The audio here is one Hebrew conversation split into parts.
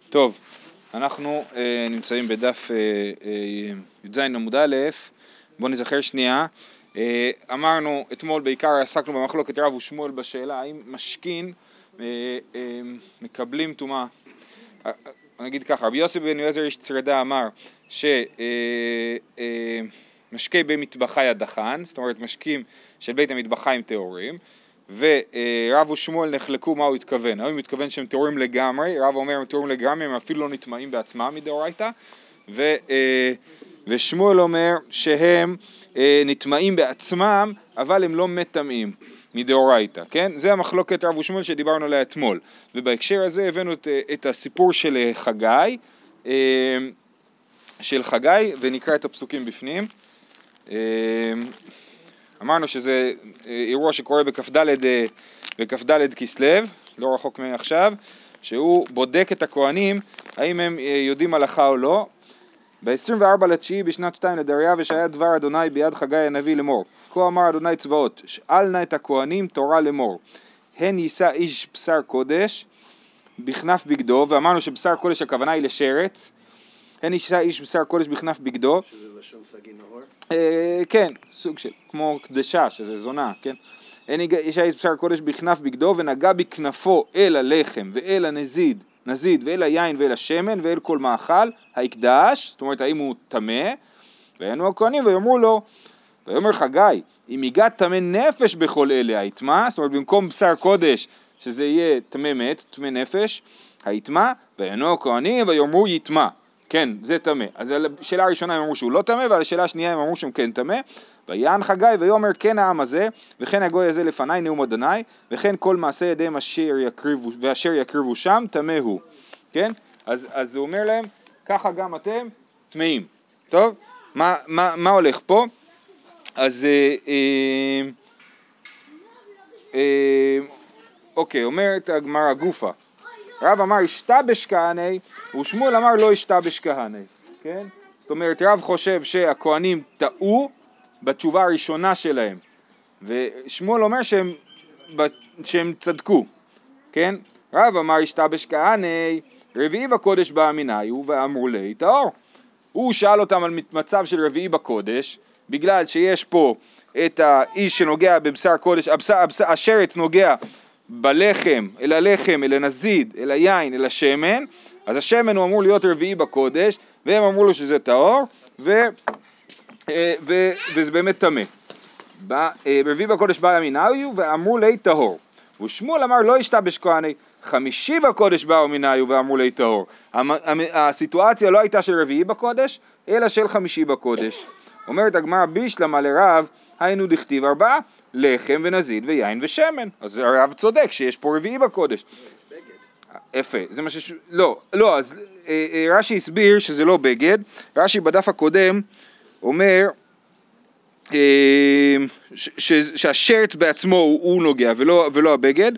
טוב, אנחנו נמצאים בדף י"ז עמוד א', בואו נזכר שנייה. אמרנו אתמול בעיקר עסקנו במחלוקת רב ושמואל בשאלה האם משכין מקבלים טומאה. אני אגיד ככה, רבי יוסי בן יועזר איש צרדה אמר שמשקי במטבחי הדחן, זאת אומרת משקים של בית המטבחיים טהורים, ורב ושמואל נחלקו מה הוא התכוון. הוא מתכוון שהם טהורים לגמרי, רב אומר הם טהורים לגמרי, הם אפילו לא נטמעים בעצמם מדאורייתא, ושמואל אומר שהם נטמעים בעצמם, אבל הם לא מטמאים מדאורייתא, כן? זה המחלוקת רב ושמואל שדיברנו עליה אתמול, ובהקשר הזה הבאנו את הסיפור של חגי, ונקרא את הפסוקים בפנים. אמרנו שזה אירוע שקורה בכ"ד כסלו, לא רחוק מעכשיו, שהוא בודק את הכהנים, האם הם יודעים הלכה או לא. ב-24 לתשיעי בשנת 2 לדריווש היה דבר אדוני ביד חגי הנביא לאמור. כה אמר אדוני צבאות, שאל נא את הכהנים תורה לאמור. הן יישא איש בשר קודש בכנף בגדו, ואמרנו שבשר קודש הכוונה היא לשרץ. הן יישא איש בשר קודש בכנף בגדו. שזה לשון סגי נהור? כן, סוג של, כמו קדשה, שזה זונה, כן? הן יישא איש בשר קודש בכנף בגדו, ונגע בכנפו אל הלחם ואל הנזיד, ואל היין ואל השמן ואל כל מאכל, ההקדש, זאת אומרת האם הוא טמא, והיינו הכהנים ויאמרו לו, ויאמר חגי, אם ייגע טמא נפש בכל אלה היטמא, זאת אומרת במקום בשר קודש שזה יהיה טמא מת, טמא נפש, היטמא, והיינו הכהנים ויאמרו יטמא. כן, זה טמא. אז על השאלה הראשונה הם אמרו שהוא לא טמא, ועל השאלה השנייה הם אמרו שהוא כן טמא. ויען חגי ויאמר כן העם הזה, וכן הגוי הזה לפני נאום אדוני, וכן כל מעשה ידיהם ואשר יקריבו שם, טמא הוא. כן? אז הוא אומר להם, ככה גם אתם טמאים. טוב? מה הולך פה? אז אוקיי, אומרת הגמרא גופה. רב אמר ישתבש כהני, ושמואל אמר לא ישתבש כהני. כן? זאת אומרת, רב חושב שהכהנים טעו בתשובה הראשונה שלהם, ושמואל אומר שהם צדקו. כן? רב אמר ישתבש כהני, רביעי בקודש באמיניו, ואמרו לי טהור. הוא שאל אותם על מצב של רביעי בקודש, בגלל שיש פה את האיש שנוגע בבשר קודש, השרץ נוגע בלחם, אל הלחם, אל הנזיד, אל היין, אל השמן, אז השמן הוא אמור להיות רביעי בקודש, והם אמרו לו שזה טהור, וזה באמת טמא. רביעי בקודש בא ימיניו, ואמרו לי טהור. ושמואל אמר לא ישתבש כהני, חמישי בקודש באו מיניו ואמרו לי טהור. הסיטואציה לא הייתה של רביעי בקודש, אלא של חמישי בקודש. אומרת הגמרא בישלמה לרב, היינו דכתיב 4, לחם ונזיד ויין ושמן. אז הרב צודק שיש פה רביעי בקודש. יפה, זה מה לא, אז רש"י הסביר שזה לא בגד. רש"י בדף הקודם אומר שהשרץ בעצמו הוא נוגע ולא הבגד.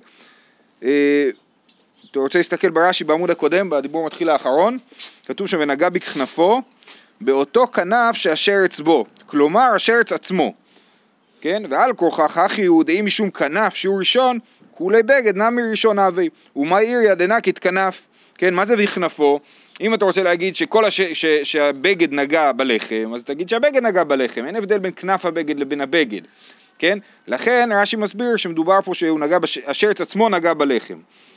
אתה רוצה להסתכל ברש"י בעמוד הקודם, בדיבור מתחיל האחרון, כתוב שם ונגע בכנפו באותו כנף שהשרץ בו, כלומר השרץ עצמו, כן? ועל כורכך הכי יהודאי משום כנף שהוא ראשון, כולי בגד נמי ראשון אבי, ומה עיר ידנה כתכנף, כן? מה זה בכנפו? אם אתה רוצה להגיד שהבגד נגע בלחם, אז תגיד שהבגד נגע בלחם, אין הבדל בין כנף הבגד לבין הבגד, כן? לכן רש"י מסביר שמדובר פה שהשרץ עצמו נגע בלחם.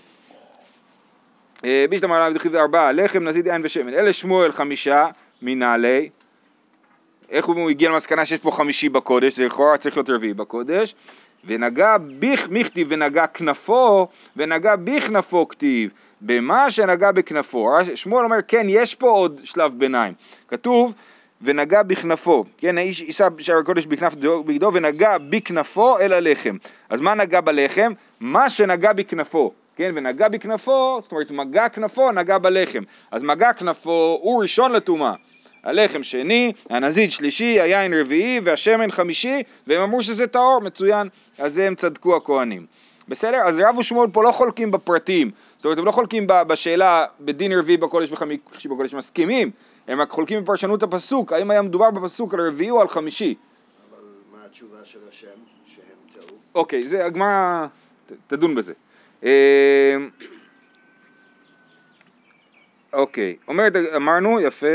בישלמה לרב דכתיב 4, לחם נזיד יין ושמן, אלה שמואל 5 מנעלי. איך הוא הגיע למסקנה שיש פה חמישי בקודש? זה לכאורה צריך להיות רביעי בקודש. ונגע מכתיב ונגע כנפו, ונגע בכנפו כתיב, במה שנגע בכנפו. שמואל אומר כן, יש פה עוד שלב ביניים, כתוב ונגע בכנפו, כן, האיש יישא בשר הקודש בכנף בגדו ונגע בכנפו אל הלחם. אז מה נגע בלחם? מה שנגע בכנפו, כן, ונגע בכנפו, זאת אומרת מגע כנפו נגע בלחם, אז מגע כנפו הוא ראשון לטומאה, הלחם שני, הנזיד שלישי, היין רביעי והשמן חמישי, והם אמרו שזה טהור, מצוין, אז הם צדקו הכהנים. בסדר? אז רב ושמואל פה לא חולקים בפרטים, זאת אומרת הם לא חולקים בשאלה בדין רביעי בקודש וחמישי בקודש, מסכימים, הם רק חולקים בפרשנות הפסוק, האם היה מדובר בפסוק על רביעי או על חמישי. אבל מה התשובה של השם שהם טעו? אוקיי, זה הגמרא, תדון בזה. אוקיי, אומרת, אמרנו, יפה,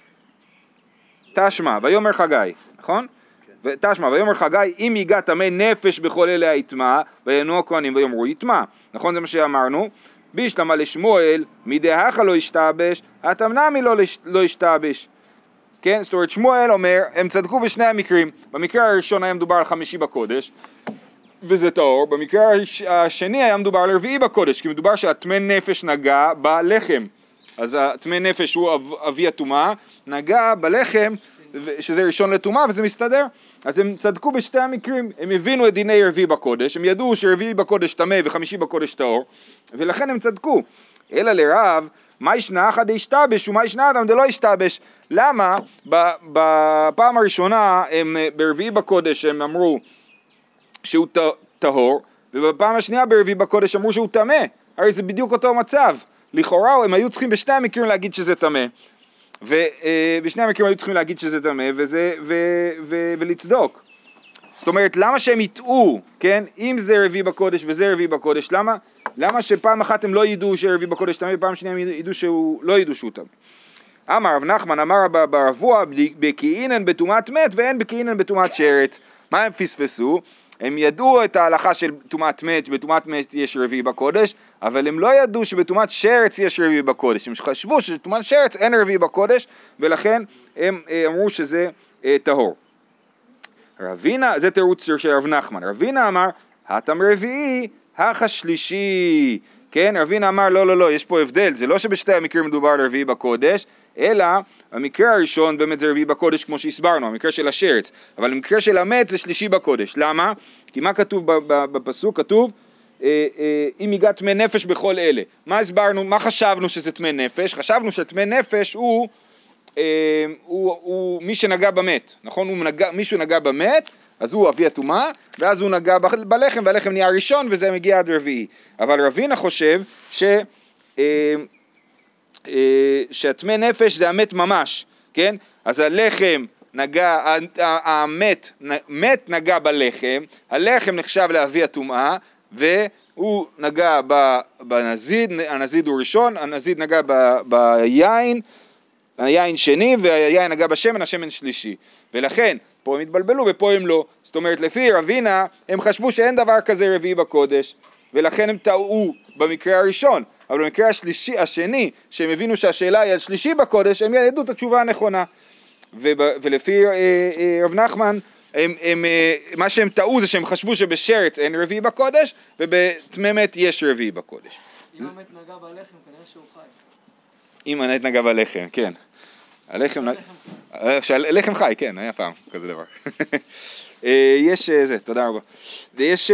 תשמע, ויאמר חגי, נכון? תשמע, ויאמר חגי, אם ייגע טמא נפש בכל אלה היטמע, ויענו הכהנים ויאמרו יטמע, נכון? זה מה שאמרנו, בישלמה לשמואל, מדהכה לא ישתבש, התמנמי לא ישתבש. כן? זאת אומרת, שמואל אומר, הם צדקו בשני המקרים, במקרה הראשון היה מדובר על 5 בקודש, וזה טהור, במקרה השני היה מדובר על 4 בקודש, כי מדובר שהטמא נפש נגע בלחם, אז הטמא נפש הוא אבי הטומאה, נגע בלחם, שזה ראשון לטומאה, וזה מסתדר. אז הם צדקו בשתי המקרים, הם הבינו את דיני 4 בקודש, הם ידעו ש4 בקודש טמא ו5 בקודש טהור, ולכן הם צדקו. אלא לרב, מה ישנה אחד ישתבש ומה ישנה אדם דלא ישתבש? למה? בפעם הראשונה, ב4 בקודש הם אמרו שהוא טהור, ובפעם השנייה ב4 בקודש אמרו שהוא טמא. הרי זה בדיוק אותו מצב. לכאורה הם היו צריכים בשני המקרים להגיד שזה טמא. ובשני המקרים היו צריכים להגיד שזה טמא ולצדוק. זאת אומרת, למה שהם יטעו, כן? אם זה 4 בקודש וזה 4 בקודש, למה שפעם אחת הם לא ידעו ש4 בקודש טמא, ופעם שנייה הם לא ידעו שהוא טמא? אמר רב נחמן, אמר ברבוע, בקעינן בטומאת מת ואין בקעינן בטומאת שרץ. מה הם פספסו? הם ידעו את ההלכה של טומאת מת, שבטומאת מת יש 4 בקודש, אבל הם לא ידעו שבטומאת שרץ יש 4 בקודש. הם חשבו שבטומאת שרץ אין 4 בקודש, ולכן הם אמרו שזה טהור. רבינה, זה תירוץ של רב נחמן. רבינה אמר, הטם רביעי, הכה שלישי. כן, רבינה אמר, לא, יש פה הבדל. זה לא שבשתי המקרים מדובר על 4 בקודש, אלא המקרה הראשון באמת זה 4 בקודש כמו שהסברנו, המקרה של השרץ. אבל המקרה של המת זה 3 בקודש. למה? כי מה כתוב בפסוק? כתוב, אם ייגע טמא נפש בכל אלה. מה הסברנו? מה חשבנו שזה טמא נפש? חשבנו שטמא נפש הוא מי שנגע במת, נכון? מישהו נגע במת, אז הוא אבי הטומאה, ואז הוא נגע בלחם, והלחם נהיה ראשון, וזה מגיע עד 4. אבל רבינה חושב שהטמא נפש זה המת ממש, כן? אז הלחם נגע, מת נגע בלחם, הלחם נחשב לאבי הטומאה, והוא נגע בנזיד, הנזיד הוא ראשון, הנזיד נגע ביין, היין שני, והיין נגע בשמן, השמן שלישי. ולכן, פה הם התבלבלו ופה הם לא. זאת אומרת, לפי רבינה, הם חשבו שאין דבר כזה 4 בקודש, ולכן הם טעו במקרה הראשון. אבל במקרה השני, שהם הבינו שהשאלה היא על 3 בקודש, הם ידעו את התשובה הנכונה. ולפי רב נחמן, מה שהם טעו זה שהם חשבו שבשרץ אין 4 בקודש, ובטמא מת יש 4 בקודש. אם המת נגע בלחם, כנראה שהוא חי. אם המת נגע בלחם, כן. הלחם חי, כן, היה פעם כזה דבר. יש זה, תודה רבה. ויש,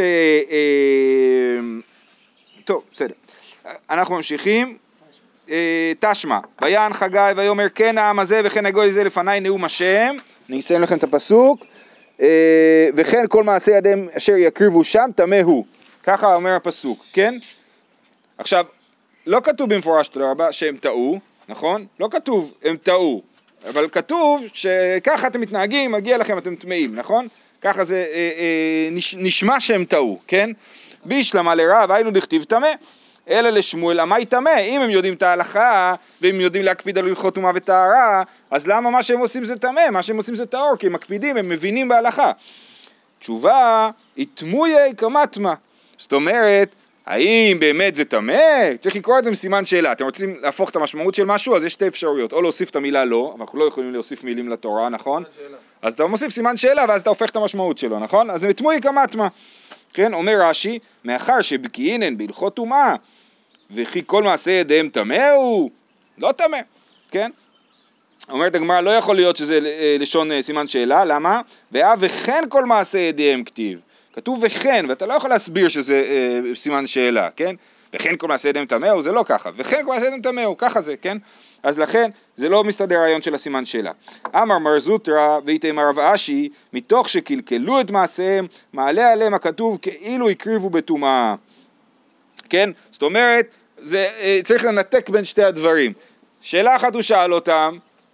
טוב, בסדר. אנחנו ממשיכים. תשמע, ויען חגי ויאמר כן העם הזה וכן הגוי זה לפניי נאום השם. אני אסיים לכם את הפסוק. וכן כל מעשה ידיהם אשר יקריבו שם טמא הוא. ככה אומר הפסוק, כן? עכשיו, לא כתוב במפורש תודה רבה שהם טעו, נכון? לא כתוב הם טעו, אבל כתוב שככה אתם מתנהגים, מגיע לכם, אתם טמאים, נכון? ככה זה נשמע שהם טעו, כן? בישלמה לרב, היינו דכתיב טמא, אלא לשמואל, אמי טמא? אם הם יודעים את ההלכה, ואם יודעים להקפיד על הלכות טומאה וטהרה, אז למה מה שהם עושים זה טמא? מה שהם עושים זה טהור, כי הם מקפידים, הם מבינים בהלכה. תשובה, יתמויי כמטמא. זאת אומרת, האם באמת זה טמא? צריך לקרוא את זה מסימן שאלה. אתם רוצים להפוך את המשמעות של משהו? אז יש 2 אפשרויות. או להוסיף את המילה לא, אבל אנחנו לא יכולים להוסיף מילים לתורה, נכון? אז אתה מוסיף סימן שאלה, ואז אתה הופך את המשמעות שלו, נכון? אז זה יתמויי כמטמא. כן, אומר רש"י, מאחר שבקעינן בהלכות טומאה, וכי כל מעשה ידיהם טמא הוא לא טמא, כן? אומרת הגמרא, לא יכול להיות שזה לשון סימן שאלה, למה? וכן כל מעשה ידיהם כתיב. כתוב וכן, ואתה לא יכול להסביר שזה סימן שאלה, כן? וכן כל מעשה ידיהם טמא הוא, זה לא ככה. וכן כל מעשה ידיהם טמא הוא, ככה זה, כן? אז לכן, זה לא מסתדר הרעיון של הסימן שאלה. אמר מר זוטרא ואיתמר רב אשי, מתוך שקלקלו את מעשיהם, מעלה עליהם הכתוב כאילו הקריבו בטומאה. כן? זאת אומרת, צריך לנתק בין שתי הדברים. שאלה אחת הוא שאל אותם,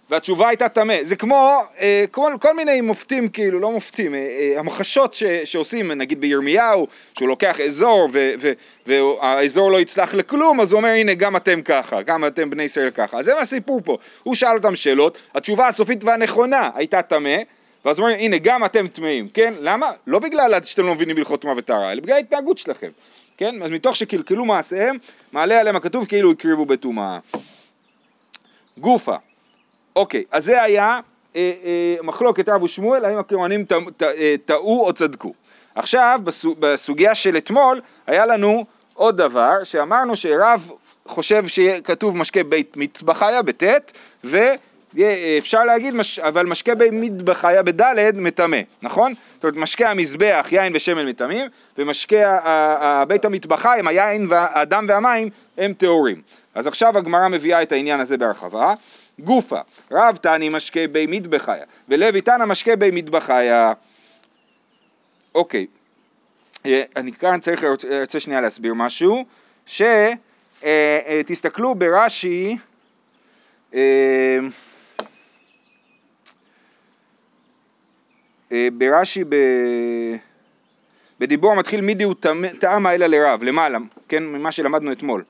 והתשובה הייתה טמא. זה כמו כל מיני מופתים, כאילו, לא מופתים, המחשות שעושים, נגיד בירמיהו, שהוא לוקח אזור והאזור לא יצלח לכלום, אז הוא אומר, הנה, גם אתם ככה, גם אתם בני ישראל ככה. אז זה מה הסיפור פה. הוא שאל אותם שאלות, התשובה הסופית והנכונה הייתה טמא, ואז הוא אומר, הנה, גם אתם טמאים, כן? למה? לא בגלל שאתם לא מבינים בהלכות טומאה וטהרה, אלא בגלל ההתנהגות שלכם. כן? אז מתוך שקלקלו מעשיהם, מעלה עליהם הכתוב כאילו הקריבו בטומאה. גופה. אוקיי, אז זה היה מחלוקת רב ושמואל, האם הכהנים טעו או צדקו. עכשיו, בסוגיה של אתמול, היה לנו עוד דבר, שאמרנו שרב חושב שכתוב משקה בית מטבחיה בט' ואפשר להגיד, אבל משקה בית מטבחיה בד' מטמא, נכון? זאת אומרת, משקה המזבח, יין ושמן מטמאים, ומשקה בית המטבחיים, היין, האדם והמים, הם טהורים. אז עכשיו הגמרא מביאה את העניין הזה בהרחבה. גופה, רב תני משקה בי מטבחיה, ולוי תנא משקה בי מטבחיה. אוקיי, אני כאן רוצה שנייה להסביר משהו, שתסתכלו ברש"י, ברש"י בדיבור מתחיל מידי הוא טעם האלה לרב, למעלה, כן, ממה שלמדנו אתמול.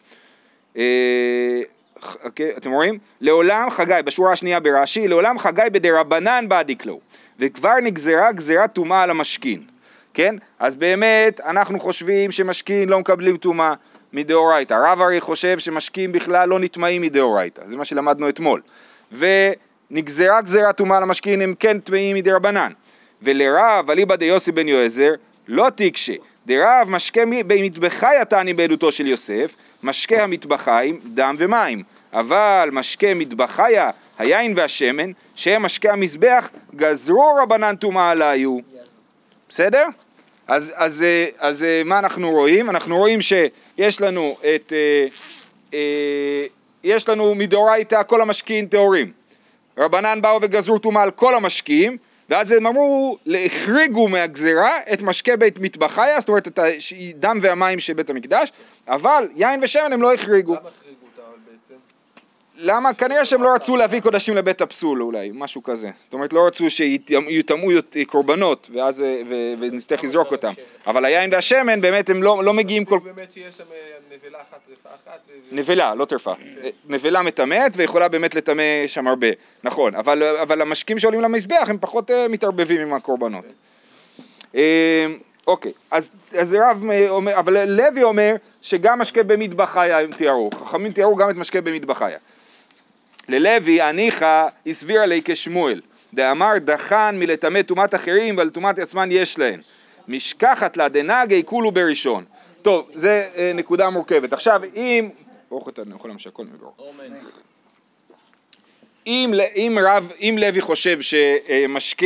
Okay, אתם רואים? לעולם חגי, בשורה השנייה ברש"י, לעולם חגי בדרבנן בעדיקלו, וכבר נגזרה גזירת טומאה על המשכין, כן? אז באמת אנחנו חושבים שמשכין לא מקבלים טומאה מדאורייתא, רב הרי חושב שמשכין בכלל לא נטמאים מדאורייתא, זה מה שלמדנו אתמול, ונגזרה גזירת טומאה על המשכין הם כן טמאים מדרבנן, ולרב אליבא דיוסי בן יועזר לא תקשה, דרב משקה במטבחיה תעני בעדותו של יוסף, משקה המטבחיים דם ומים, אבל משקה מטבחיה היין והשמן שהם משקה המזבח גזרו רבנן טומאה עליו. בסדר? אז מה אנחנו רואים? אנחנו רואים שיש לנו יש לנו מדאורייתא כל המשקים טהורים. רבנן באו וגזרו טומאה על כל המשקים, ואז הם אמרו, החריגו מהגזרה את משקה בית מטבחיה, זאת אומרת את הדם והמים של בית המקדש, אבל יין ושמן הם לא החריגו. למה החריגו אותם בעצם? למה? כנראה שהם לא רצו להביא קודשים לבית הפסול אולי, משהו כזה. זאת אומרת, לא רצו שיטמאו קורבנות, ואז ונצטרך לזרוק אותם. אבל היין והשמן באמת הם לא מגיעים כל... באמת שיש שם נבלה אחת, טרפה אחת. נבלה, לא טרפה. נבלה מטמאת ויכולה באמת לטמא שם הרבה. נכון, אבל המשקים שעולים למזבח הם פחות מתערבבים עם הקורבנות. אוקיי, אז רב אומר, אבל לוי אומר שגם משקה במטבחיה הם תיארו. חכמים תיארו גם את משקה במטבחיה. ללוי הניחא הסביר עלי כשמואל, דאמר דחן מלטמא טומאת אחרים ועל טומאת עצמן יש להן. משכחת לה דנגי כולו בראשון. טוב, זה נקודה מורכבת. עכשיו, אם לוי חושב שמשקה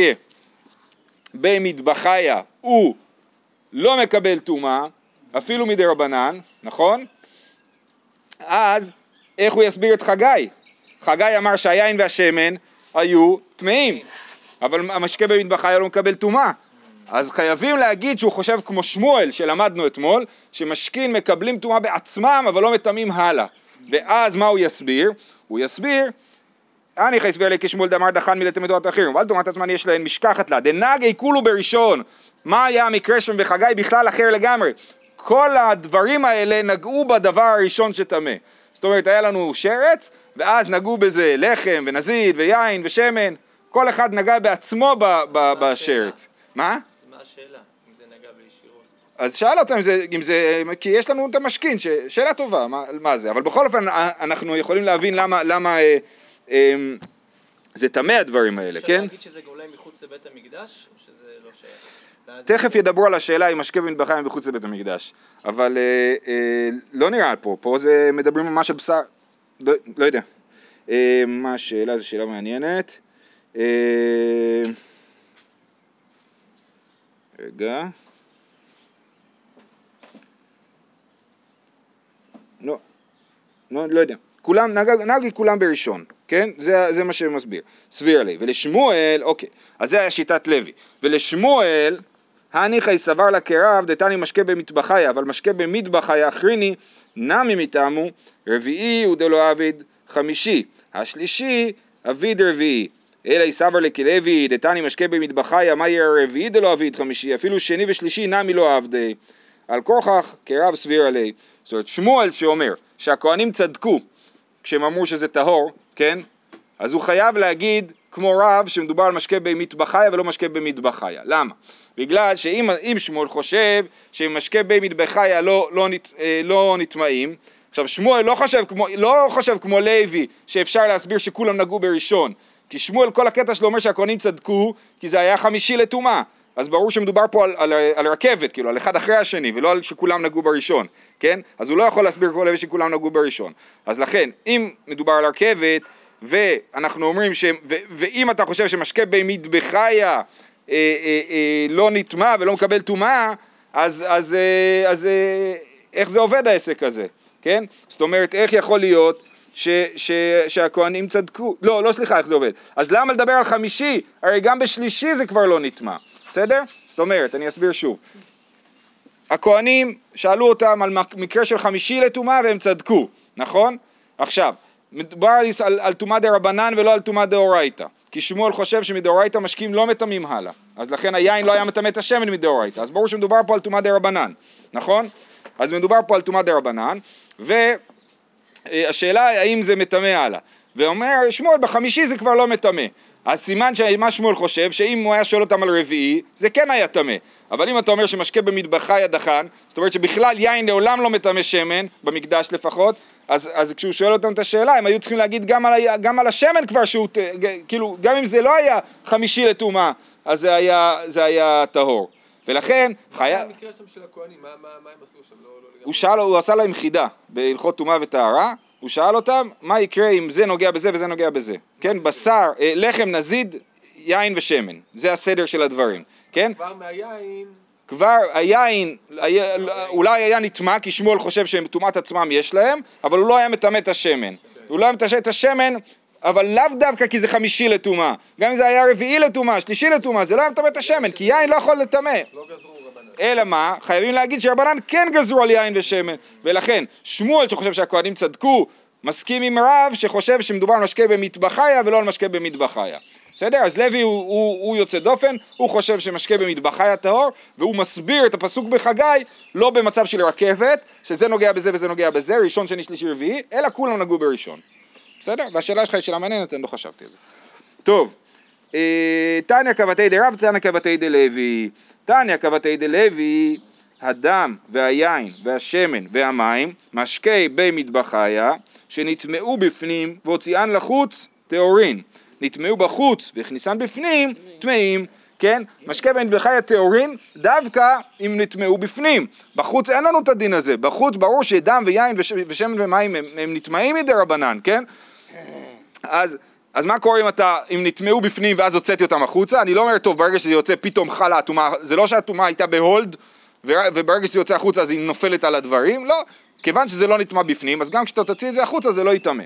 במטבחיה הוא לא מקבל טומאה, אפילו מדרבנן, נכון? אז איך הוא יסביר את חגי? חגי אמר שהיין והשמן היו טמאים, אבל המשקה במטבחיה לא מקבל טומאה. אז חייבים להגיד שהוא חושב כמו שמואל שלמדנו אתמול, שמשכין מקבלים טומאה בעצמם אבל לא מטמאים הלאה. ואז מה הוא יסביר? הוא יסביר, אני חייסביר לי כשמואל דאמר דחן מלטמא טומאת אחרים, אבל טומאת עצמן יש להן משכחת לה, דנגי כולו בראשון. מה היה המקרה שם בחגי? בכלל אחר לגמרי. כל הדברים האלה נגעו בדבר הראשון שטמא. זאת אומרת, היה לנו שרץ, ואז נגעו בזה לחם ונזיד ויין ושמן, כל אחד נגע בעצמו בשרץ. מה? אז מה השאלה, אם זה נגע בישירות? אז שאל אותם אם זה, כי יש לנו את המשכין, שאלה טובה, מה זה? אבל בכל אופן, אנחנו יכולים להבין למה זה טמא הדברים האלה, כן? אפשר להגיד שזה גאולה מחוץ לבית המקדש, או שזה לא שייך? תכף ידברו על השאלה אם משקה במטבחיים מחוץ לבית המקדש, אבל לא נראה פה זה מדברים ממש על בשר, לא יודע. מה השאלה? זו שאלה מעניינת. רגע. לא יודע. כולם, נגי כולם בראשון, כן? זה מה שמסביר. סביר לי. ולשמואל, אוקיי, אז זה היה שיטת לוי. ולשמואל, הניחי סבר לקרב, דתני משקה במטבחיה, אבל משקה במטבחיה אחריני, נמי מטעמו, רביעי ודלו עביד, חמישי. השלישי, אביד רביעי, אלא סבר לכלוי, דתני משקה במטבחיה, מה יהיה הרביעי דלא אביד חמישי, אפילו שני ושלישי נמי לא עבדי, על כוכך כרב סביר עלי. זאת אומרת, שמואל שאומר שהכהנים צדקו כשהם אמרו שזה טהור, כן? אז הוא חייב להגיד כמו רב שמדובר על משקה במטבחיה ולא משקה במטבחיה. למה? בגלל שאם שמואל חושב שמשקה במטבחיה לא נטמעים, עכשיו שמואל לא חושב כמו לוי שאפשר להסביר שכולם נגעו בראשון, כי שמואל כל הקטע שלו אומר שהכהנים צדקו כי זה היה חמישי לטומאה, אז ברור שמדובר פה על רכבת, כאילו על אחד אחרי השני ולא על שכולם נגעו בראשון, כן? אז הוא לא יכול להסביר כמו לוי שכולם נגעו בראשון. אז לכן אם מדובר על רכבת ואנחנו אומרים ואם אתה חושב שמשקה במטבחיה לא נטמע ולא מקבל טומאה, אז איך זה עובד העסק הזה, כן? זאת אומרת, איך יכול להיות שהכהנים צדקו? לא, סליחה, איך זה עובד? אז למה לדבר על חמישי? הרי גם בשלישי זה כבר לא נטמע, בסדר? זאת אומרת, אני אסביר שוב. הכהנים שאלו אותם על מקרה של חמישי לטומאה והם צדקו, נכון? עכשיו, מדובר על טומאה דרבנן ולא על טומאה דאורייתא, כי שמואל חושב שמדאורייתא משקים לא מטמאים הלאה, אז לכן היין לא היה מטמא את השמן מדאורייתא, אז ברור שמדובר פה על טומאה דרבנן, נכון? אז מדובר פה על טומאה דרבנן, והשאלה האם זה מטמא הלאה, ואומר שמואל בחמישי זה כבר לא מטמא, אז סימן שמה שמואל חושב שאם הוא היה שואל אותם על רביעי זה כן היה טמא, אבל אם אתה אומר שמשקה במטבחיה דחן, זאת אומרת שבכלל יין לעולם לא מטמא שמן, במקדש לפחות, אז כשהוא שואל אותם את השאלה הם היו צריכים להגיד גם על השמן כבר שהוא, כאילו גם אם זה לא היה חמישי לטומאה אז זה היה טהור, ולכן מה המקרה שם של הכהנים? מה הם עשו שם? הוא עשה להם חידה בהלכות טומאה וטהרה, הוא שאל אותם מה יקרה אם זה נוגע בזה וזה נוגע בזה, כן? בשר, לחם, נזיד, יין ושמן, זה הסדר של הדברים, כן? כבר היין אולי היה נטמע כי שמואל חושב שהם טומאת עצמם יש להם, אבל הוא לא היה מטמא את השמן, הוא לא היה מטמא את השמן, אבל לאו דווקא כי זה חמישי לטומאה, גם אם זה היה רביעי לטומאה, שלישי לטומאה, זה לא היה מטמא את השמן, כי יין לא יכול לטמא. לא גזרו רבנן. אלא מה? חייבים להגיד שרבנן כן גזרו על יין ושמן, ולכן שמואל שחושב שהכהנים צדקו, מסכים עם רב שחושב שמדובר על משקה במטבחיה ולא על משקה במטבחיה. בסדר? אז לוי הוא יוצא דופן, הוא חושב שמשקה במטבחיה טהור, והוא מסביר את הפסוק בחגי לא במצב של רכבת, שזה נוגע בזה וזה נוגע בזה, ראשון, שני, שלישי, רביעי, אלא כולם נגעו בראשון. בסדר? והשאלה שלך היא שאלה מעניינת, אני לא חשבתי על זה. טוב, תניא כבתי דרב, תניא כבתי דלוי. תניא כבתי דלוי, הדם והיין והשמן והמים, משקי במטבחיה, שנטמעו בפנים והוציאן לחוץ, טהורין. נטמעו בחוץ והכניסן בפנים, טמאים, כן? משקה במטבחיה טהורין, דווקא אם נטמעו בפנים. בחוץ אין לנו את הדין הזה. בחוץ ברור שדם ויין ושמן ומים הם נטמעים מדי רבנן, כן? אז מה קורה אם נטמעו בפנים ואז הוצאתי אותם החוצה? אני לא אומר, טוב, ברגע שזה יוצא פתאום חלה הטומאה, זה לא שהטומאה הייתה בהולד, וברגע שזה יוצא החוצה אז היא נופלת על הדברים, לא, כיוון שזה לא נטמע בפנים, אז גם כשאתה תוציא את זה החוצה זה לא יטמא.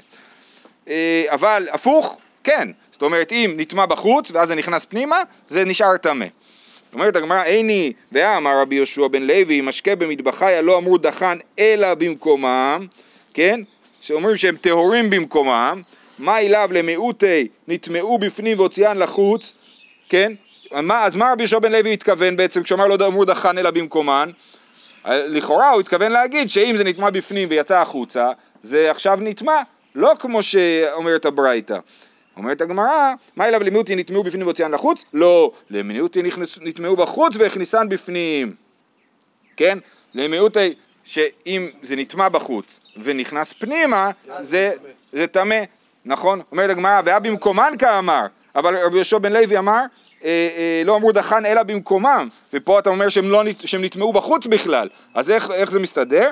אבל הפוך, כן, זאת אומרת, אם נטמע בחוץ ואז זה נכנס פנימה, זה נשאר טמא. זאת אומרת, הגמרא, איני, ואמר רבי יהושע בן לוי, משקה במטבחיה לא אמרו דחן אלא במקומם, כן? שאומרים שהם טהורים במקומם, מה אליו למיעוטי נטמעו בפנים והוציאן לחוץ, כן? אז מה רבי יהושע בן לוי התכוון בעצם כשאמר לא אמרו דחן אלא במקומן? לכאורה הוא התכוון להגיד שאם זה נטמע בפנים ויצא החוצה, זה עכשיו נטמע, לא כמו שאומרת הברייתא. אומרת הגמרא, מה אליו למיעוטי נטמעו בפנים והוציאן לחוץ? לא, למיעוטי נטמעו בחוץ והכניסן בפנים, כן? למיעוטי שאם זה נטמע בחוץ ונכנס פנימה, זה טמא, נכון? אומרת הגמרא, והיה במקומן כאמר, אבל רבי יהושע בן לוי אמר, לא אמרו דחן אלא במקומם, ופה אתה אומר שהם נטמעו בחוץ בכלל, אז איך זה מסתדר?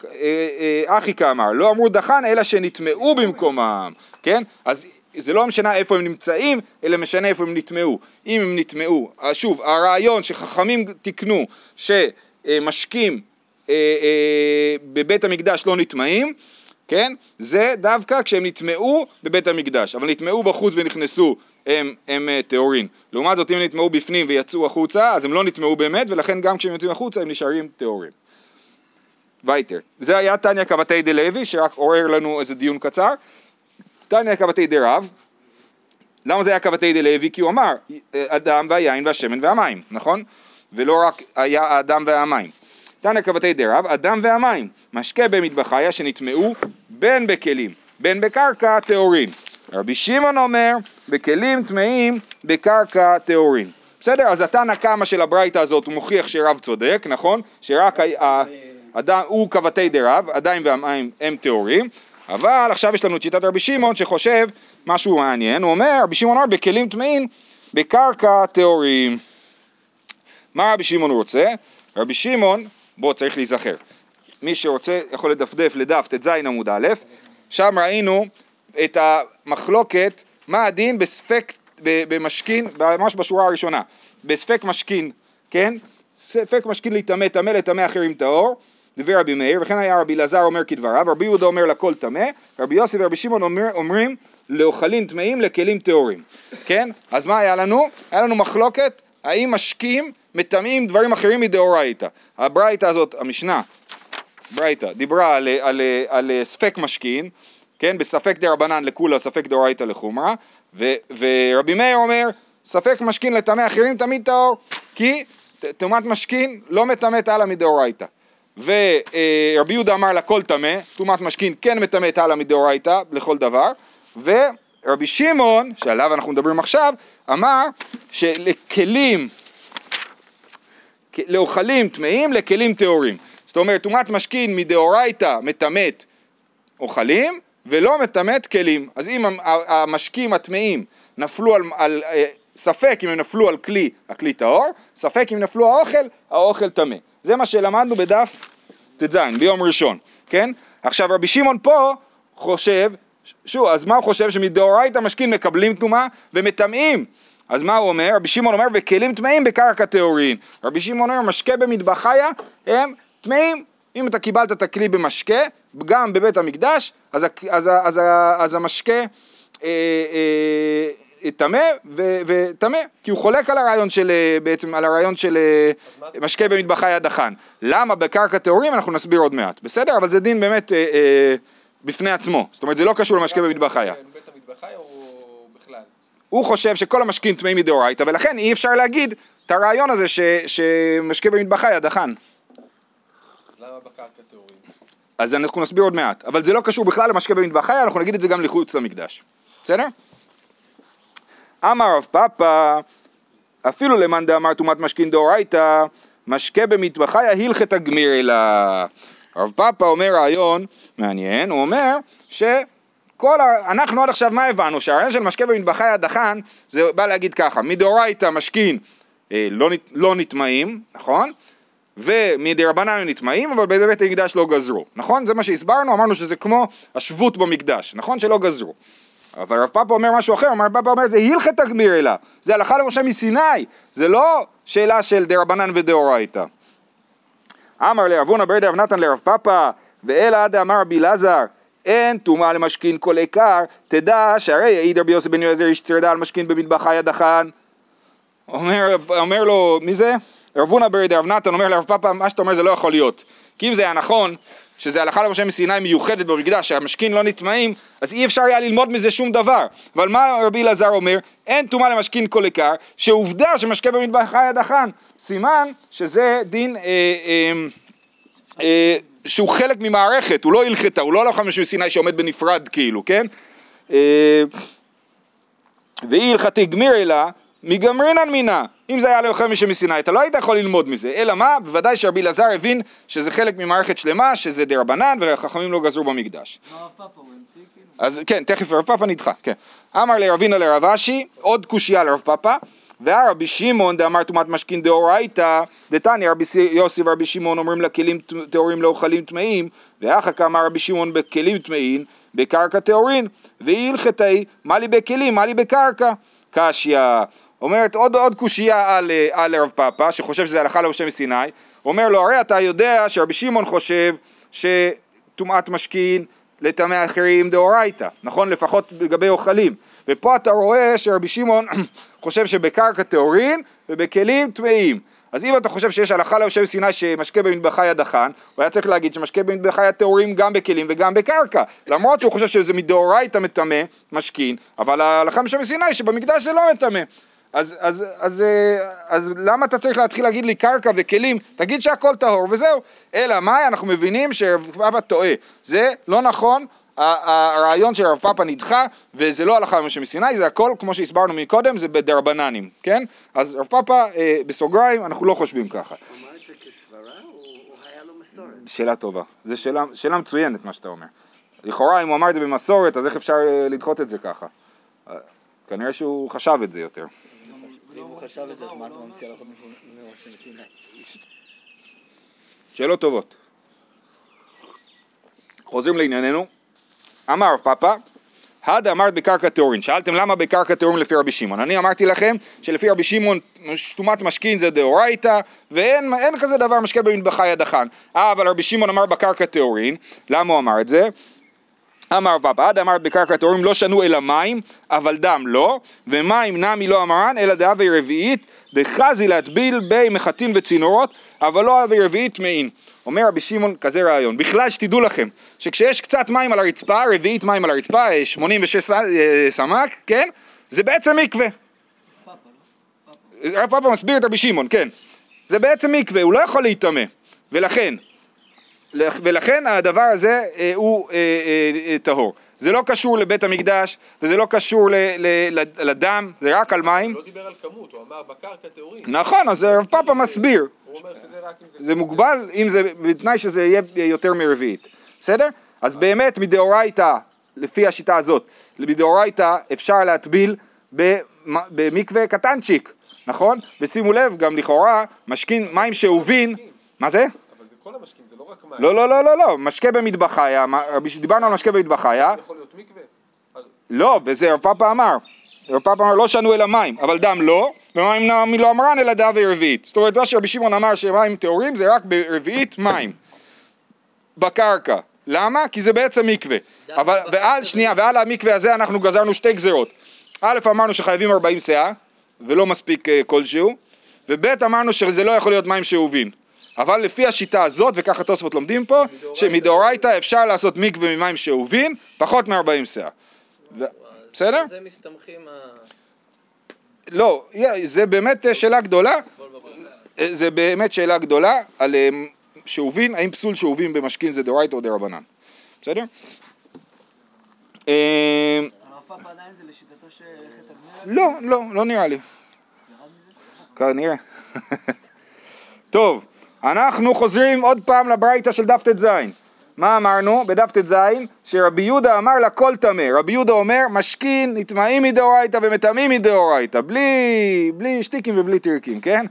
אחי כאמר, לא אמרו דחן אלא שנטמעו במקומם, כן? אז זה לא משנה איפה הם נמצאים, אלא משנה איפה הם נטמעו. אם הם נטמעו, שוב, הרעיון שחכמים תקנו שמשקים בבית המקדש לא נטמעים, כן? זה דווקא כשהם נטמעו בבית המקדש, אבל נטמעו בחוץ ונכנסו, הם טהורין. לעומת זאת, אם הם נטמעו בפנים ויצאו החוצה, אז הם לא נטמעו באמת, ולכן גם כשהם יוצאים החוצה הם נשארים טהורים. וייטר. זה היה תניא כבתי דלוי, שרק עורר לנו איזה דיון קצר. תניא כבתי דרב, למה זה היה כבתי דלוי? כי הוא אמר, אדם והיין והשמן והמים, נכון? ולא רק היה האדם והמים. תנא כבתי דרב, אדם והמים, משקה במטבחיה שנטמעו בין בכלים, בין בקרקע טהורין. רבי שמעון אומר, בכלים טמאים בקרקע טהורין. בסדר? אז התנא קמא של הברייתא הזאת הוא מוכיח שרב צודק, נכון? שרק האדם הוא כבתי דרב, הדם והמים הם טהורים, אבל עכשיו יש לנו את שיטת רבי שמעון שחושב משהו מעניין, הוא אומר, רבי שמעון אומר, בכלים טמאים בקרקע טהורים. מה רבי שמעון רוצה? רבי שמעון, בוא צריך להיזכר, מי שרוצה יכול לדפדף לדף ט"ז עמוד א', שם ראינו את המחלוקת, מה הדין בספק, במשכין, ממש בשורה הראשונה, בספק משכין, כן? ספק משכין להיטמא, טמא לטמא אחרים טהור, דבר רבי מאיר, וכן היה רבי אלעזר אומר כדבריו, רבי יהודה אומר לכל טמא, רבי יוסי ורבי שמעון אומרים לאוכלים טמאים לכלים טהורים, כן? אז מה היה לנו? היה לנו מחלוקת, האם משקים מטמאים דברים אחרים מדאורייתא. הברייתא הזאת, המשנה, ברייתא, דיברה על ספק משכין, כן? בספק דרבנן לכולה, ספק דאורייתא לחומרה, ורבי מאיר אומר, ספק משכין לטמא אחרים תמיד טהור, כי טומאת משכין לא מטמאת הלאה מדאורייתא. ורבי יהודה אמר לכל טמא, טומאת משכין כן מטמאת הלאה מדאורייתא לכל דבר, ורבי שמעון, שעליו אנחנו מדברים עכשיו, אמר שלכלים, לאוכלים טמאים לכלים טהורים. זאת אומרת, טומאת משכין מדאורייתא מטמאת אוכלים, ולא מטמאת כלים. אז אם המשקים הטמאים נפלו על ספק אם הם נפלו על כלי, הכלי טהור, ספק אם נפלו האוכל טמא. זה מה שלמדנו בדף ט"ז, ביום ראשון, כן? עכשיו רבי שמעון פה חושב, שוב, אז מה הוא חושב? שמדאורייתא משכין מקבלים טומאה ומטמאים. אז מה הוא אומר? רבי שמעון אומר, בכלים טמאים בקרקע טהורין. רבי שמעון אומר, משקה במטבחיה הם טמאים. אם אתה קיבלת את הכלי במשקה, גם בבית המקדש, אז המשקה טמא וטמא, כי הוא חולק על הרעיון של, בעצם על הרעיון של משקה במטבחיה דחן. למה בקרקע טהורים? אנחנו נסביר עוד מעט. בסדר? אבל זה דין באמת בפני עצמו. זאת אומרת, זה לא קשור למשקה במטבחיה. בית המטבחיה או בכלל? הוא חושב שכל המשקים טמאים מדאורייתא, ולכן אי אפשר להגיד את הרעיון הזה שמשקה במטבחיה דחן. למה בקרקע טהורים? אז אנחנו נסביר עוד מעט, אבל זה לא קשור בכלל למשקה במטבחיה, אנחנו נגיד את זה גם לחוץ למקדש. בסדר? אמר רב פאפא, אפילו למאן דאמר טומאת משכין דאורייתא, משקה במטבחיה הלכתא גמירא לה. רב פאפא אומר רעיון מעניין, הוא אומר אנחנו עד עכשיו מה הבנו? שהרעיון של משקה במטבחיה דחן, זה בא להגיד ככה, מדאורייתא משכין לא נטמאים, נכון? ומדרבנן נטמאים, אבל בבית המקדש לא גזרו, נכון? זה מה שהסברנו, אמרנו שזה כמו השבות במקדש, נכון? שלא גזרו. אבל רב פאפא אומר משהו אחר, רב פאפא אומר זה הלכתא גמירא לה, זה הלכה למשה מסיני, זה לא שאלה של דרבנן ודאורייתא. אמר לרב הונא בר דרב נתן לרב פאפא, ואלא דאמר רבי אלעזר, אין טומאה למשכין כל עיקר, תדע שהרי העיד רבי יוסי בן יועזר איש צרדה על משכין במטבחיה דחן. אומר לו, מי זה? רב הונא בר דרב נתן אומר לרב פאפא, מה שאתה אומר זה לא יכול להיות, כי אם זה היה נכון שזה הלכה למשה מסיני מיוחדת במקדש שהמשכין לא נטמאים, אז אי אפשר היה ללמוד מזה שום דבר. אבל מה רבי אלעזר אומר? אין טומאה למשכין כל עיקר, שעובדה שמשקה במטבחיה דחן, סימן שזה דין שהוא חלק ממערכת, הוא לא הלכתה, הוא לא הלכה למשה מסיני שעומד בנפרד כאילו, כן? והיא הלכתי גמירא לה מגמרינן מינה. אם זה היה להלכה למשה מסיני, אתה לא היית יכול ללמוד מזה, אלא מה? בוודאי שרבי אלעזר הבין שזה חלק ממערכת שלמה, שזה דרבנן, והחכמים לא גזרו במקדש. מה רב פאפא, הוא המציא כאילו? אז כן, תכף רב פאפא נדחה, כן. אמר לרבינה לרב אשי, עוד קושיה לרב פאפא, והרבי שמעון דאמר טומאת משכין דאורייתא, דתניא רבי יוסי ורבי שמעון אומרים לכלים טהורים לאוכלים טמאים, ואחר כך אמר רבי שמעון בכלים טמאים, בקרקע טהורין, והיא הלכתי, מה לי בכלים, מה לי בקרקע? קשיה. אומרת עוד קושיה על רב פאפא, שחושב שזה הלכה למשה מסיני, אומר לו, הרי אתה יודע שרבי שמעון חושב שטומאת משכין לטמא אחרים דאורייתא, נכון? לפחות לגבי אוכלים. ופה אתה רואה שרבי שמעון חושב שבקרקע טהורין ובכלים טמאים. אז אם אתה חושב שיש הלכה למשה בסיני שמשקה במטבחי הדחן, הוא היה צריך להגיד שמשקה במטבחי הטהורים גם בכלים וגם בקרקע. למרות שהוא חושב שזה מדאורייתא מטמא, משכין, אבל ההלכה למשה בסיני שבמקדש זה לא מטמא. אז למה אתה צריך להתחיל להגיד לי קרקע וכלים? תגיד שהכל טהור וזהו. אלא מה? אנחנו מבינים שרב פאפא טועה. זה לא נכון. הרעיון של רב פאפא נדחה, וזה לא הלכה למשה מסיני, זה הכל, כמו שהסברנו מקודם, זה בדרבננים, כן? אז רב פאפא, בסוגריים, אנחנו לא חושבים ככה. הוא אמר את זה כסברה, או היה לו מסורת? שאלה טובה. זו שאלה מצוינת, מה שאתה אומר. לכאורה, אם הוא אמר את זה במסורת, אז איך אפשר לדחות את זה ככה? כנראה שהוא חשב את זה יותר. ואם הוא חשב את זה, אז מה אתה מציע לעשות ממשה מסיני? שאלות טובות. חוזרים לענייננו. אמר רב פאפא, הד אמרת בקרקע טהורין. שאלתם למה בקרקע טהורין לפי רבי שמעון. אני אמרתי לכם שלפי רבי שמעון טומאת משכין זה דאורייתא, ואין כזה דבר משקה במטבחי הדחן. אבל רבי שמעון אמר בקרקע טהורין. למה הוא אמר את זה? אמר רב פאפא, הד אמרת בקרקע טהורין לא שנו אלא מים, אבל דם לא, ומים נמי לא אמרן, אלא דאבי רביעית, דחזי להטביל בי מחטין וצינורות, אבל לא אבי רביעית טמאין. אומר רבי שמעון כזה רעיון, בכלל שתדעו לכם, שכשיש קצת מים על הרצפה, רביעית מים על הרצפה, 86 סמ"ק, כן? זה בעצם מקווה. רב פאפא מסביר את רבי שמעון, כן. זה בעצם מקווה, הוא לא יכול להיטמא, ולכן הדבר הזה הוא טהור. זה לא קשור לבית המקדש, וזה לא קשור לדם, זה רק על מים. הוא לא דיבר על כמות, הוא אמר בקרקע טהורין. נכון, אז רב פאפא מסביר. הוא אומר שזה רק אם זה... זה מוגבל אם זה בתנאי שזה יהיה יותר מרביעית. בסדר? אז באמת מדאורייתא, לפי השיטה הזאת, מדאורייתא אפשר להטביל במקווה קטנצ'יק, נכון? ושימו לב, גם לכאורה משכין מים שאובין. מה זה? אבל זה כל המשקים, זה לא רק מים. לא, משקה במטבחיה, דיברנו על משקה במטבחיה. יכול להיות מקווה? לא, וזה רב פאפא אמר. רב פאפא אמר לא שנו אלא מים, אבל דם לא, ומים נמי לא אמרן אלא דאבי רביעית. זאת אומרת, מה שרבי שמעון אמר שמים טהורים זה רק ברביעית מים, בקרקע. למה? כי זה בעצם מקווה. ועל המקווה הזה אנחנו גזרנו שתי גזרות. א', אמרנו שחייבים 40 סאה, ולא מספיק כלשהו, וב' אמרנו שזה לא יכול להיות מים שאובין. אבל לפי השיטה הזאת, וככה תוספות לומדים פה, שמדאורייתא אפשר לעשות מקווה ממים שאובין, פחות מ-40 סאה. בסדר? זה מסתמכים לא, זה באמת שאלה גדולה, זה באמת שאלה גדולה על שאובין, האם פסול שאובין במשכין זה דאורייתא או דרבנן. בסדר? הרב פאפא עדיין זה לשיטתו של חטא הגמל? לא נראה לי. ירד מזה? כנראה. טוב, אנחנו חוזרים עוד פעם לברייתא של דף ט"ז. מה אמרנו בדף ט"ז? שרבי יהודה אמר לכל טמא. רבי יהודה אומר משכין נטמאים מדאורייתא ומטמאים מדאורייתא, בלי שטיקים ובלי טרקים, כן?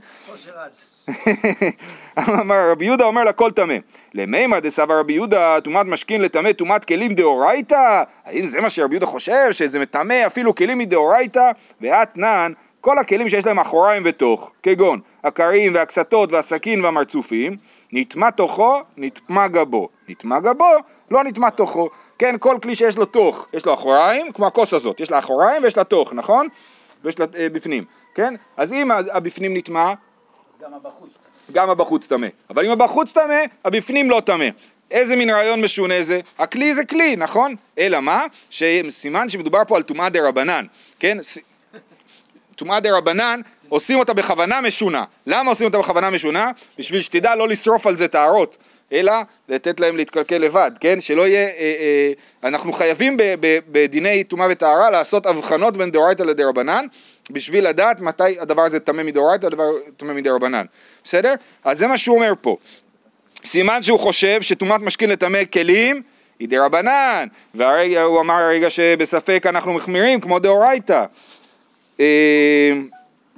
רבי יהודה אומר לכל טמא. למימר דסבר רבי יהודה טומאת משכין לטמא טומאת כלים דאורייתא? האם זה מה שרבי יהודה חושב, שזה מטמא אפילו כלים מדאורייתא? ואתנן כל הכלים שיש להם אחוריים ותוך, כגון הקרים והקסתות והסכין והמרצופים, נטמא תוכו, נטמא גבו. נטמא גבו, לא נטמא תוכו. כן, כל כלי שיש לו תוך, יש לו אחוריים, כמו הכוס הזאת, יש לה אחוריים ויש לה תוך, נכון? ויש לה בפנים, כן? אז אם הבפנים נטמא, אז גם הבחוץ. גם הבחוץ טמא. אבל אם הבחוץ טמא, הבפנים לא טמא. איזה מין רעיון משונה זה? הכלי זה כלי, נכון? אלא מה? שסימן שמדובר פה על טומאה דרבנן, כן? טומאה דרבנן, עושים אותה בכוונה משונה. למה עושים אותה בכוונה משונה? בשביל שתדע לא לשרוף על זה טהרות, אלא לתת להם להתקלקל לבד, כן? שלא יהיה, אנחנו חייבים בדיני טומאה וטהרה לעשות הבחנות בין דאורייתא לדרבנן, בשביל לדעת מתי הדבר הזה טמא מדאורייתא, הדבר טמא מדרבנן. בסדר? אז זה מה שהוא אומר פה. סימן שהוא חושב שטומאת משכין לטמא כלים היא דרבנן, והרגע הוא אמר הרגע שבספק אנחנו מחמירים כמו דאורייתא.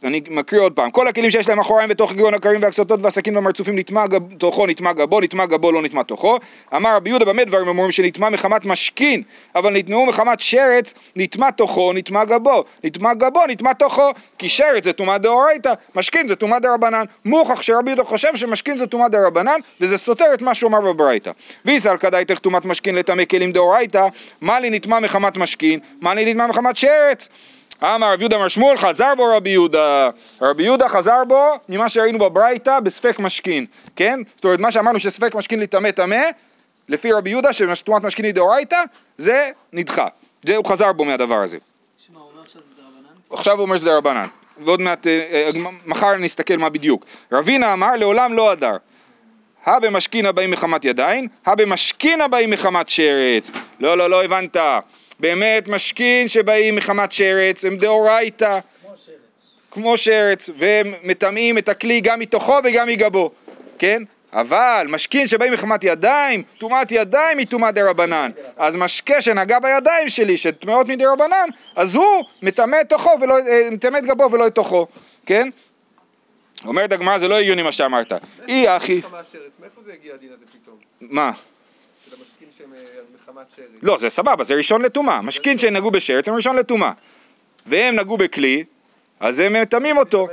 אני מקריא עוד פעם, כל הכלים שיש להם אחוריים בתוך גרון הקרים והקסתות והסכין והמרצופים נטמע תוכו, נטמע גבו, לא נטמע תוכו. אמר רבי יהודה במה דברים אמורים שנטמע מחמת משכין, אבל נטמעו מחמת שרץ, נטמע תוכו, נטמע גבו, נטמע תוכו, כי שרץ זה טומאה דאורייתא, משכין זה טומאה דרבנן. מוכח שרבי יהודה חושב שמשכין זה טומאה דרבנן, וזה סותר את מה שהוא אמר בברייתא. ויסל כדאיתך טומאת משכין לטמא כלים דאורייתא, מה לי נטמע מחמת משכין, מה לי נטמע מחמת שרץ? אמר רבי יהודה אמר שמואל, חזר בו רבי יהודה. רבי יהודה חזר בו ממה שראינו בברייתא בספק משכין, כן? זאת אומרת, מה שאמרנו שספק משכין לטמא טמא, לפי רבי יהודה שטומאת משכין היא דאורייתא, זה נדחה. זה הוא חזר בו מהדבר הזה. שמה, הוא אומר שזה דרבנן? עכשיו הוא אומר שזה דרבנן. ועוד מעט, מחר נסתכל מה בדיוק. רבינה אמר, לעולם לא הדר. במשכין הבאים מחמת ידיים, במשכין הבאים מחמת שרץ. לא הבנת. באמת משכין שבאים מחמת שרץ, הם דאורייתא, כמו שרץ, והם מטמאים את הכלי גם מתוכו וגם מגבו, כן? אבל משכין שבאים מחמת ידיים, טומאת ידיים היא טומאה דרבנן, אז משקה שנגע בידיים שלי, שטמאות מדרבנן, אז הוא מטמא את תוכו, מטמא את גבו ולא את תוכו, כן? אומרת הגמרא, זה לא הגיוני מה שאמרת. אי אחי... מאיפה זה הגיע הדין הזה פתאום? מה? של המשכין שהם מחמת שרץ. לא, זה סבבה, זה ראשון לטומאה. משכין שנגעו בשרץ הם ראשון לטומאה. והם נגעו בכלי, אז הם מטמאים אותו.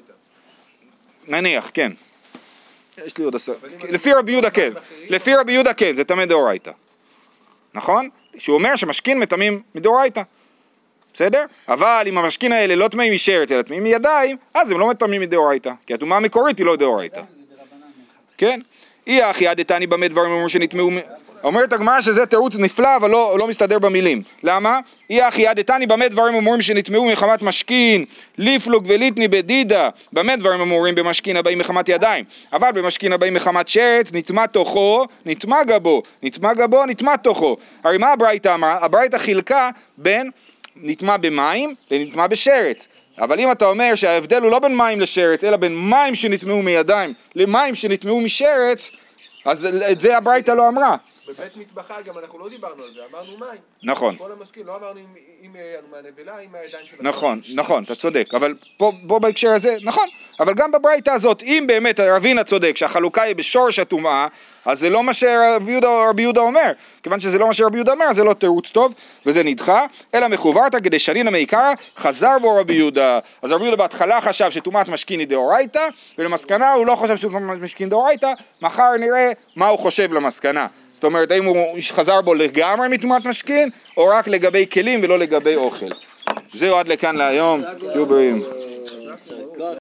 נניח, כן. יש לי עוד לפי רבי יהודה כן. לפי רבי יהודה כן, זה טמא דאורייתא. נכון? שהוא אומר שמשכין מטמאים מדאורייתא. בסדר? אבל אם המשכין האלה לא טמאים משרץ, אלא טמאים מידיים, אז הם לא מטמאים מדאורייתא. כי הטומאה המקורית היא לא דאורייתא. כן? אי אחי עדתני במה דברים אמרו שנטמאו... אומרת הגמרא שזה תירוץ נפלא, אבל לא מסתדר במילים. למה? אי אחי עדתני במה דברים אמורים שנטמאו מחמת משכין, ליפלוג וליטני בדידה, במה דברים אמורים במשכין הבאים מחמת ידיים, אבל במשכין הבאים מחמת שרץ, נטמע תוכו, נטמע גבו, נטמע תוכו. הרי מה הברייתא אמרה? הברייתא חילקה בין נטמע במים לנטמע בשרץ. אבל אם אתה אומר שההבדל הוא לא בין מים לשרץ, אלא בין מים שנטמעו מידיים למים שנטמעו משרץ, אז את זה הברייתא לא אמרה. בבית מטבחה גם אנחנו לא דיברנו על זה, אמרנו מים. נכון. כל המשכין, לא אמרנו אם מהנבלה, אם מהידיים של... נכון, אתה צודק, אבל פה בהקשר הזה, נכון, אבל גם בברייתא הזאת, אם באמת רבינה צודק שהחלוקה היא בשורש הטומאה, אז זה לא מה שרבי יהודה אומר, כיוון שזה לא מה שרבי יהודה אומר, זה לא תירוץ טוב, וזה נדחה, אלא מחוברתא כדי שנינא מעיקרא, חזר בו רבי יהודה. אז רבי יהודה בהתחלה חשב שטומאת משכין היא דאורייתא, ולמסקנה הוא לא חושב שטומאת משכין דאורייתא, מחר נראה מה הוא חושב למסקנה. זאת אומרת, האם הוא חזר בו לגמרי מטומאת משכין, או רק לגבי כלים ולא לגבי אוכל. זהו עד לכאן להיום, תהיו בריאים.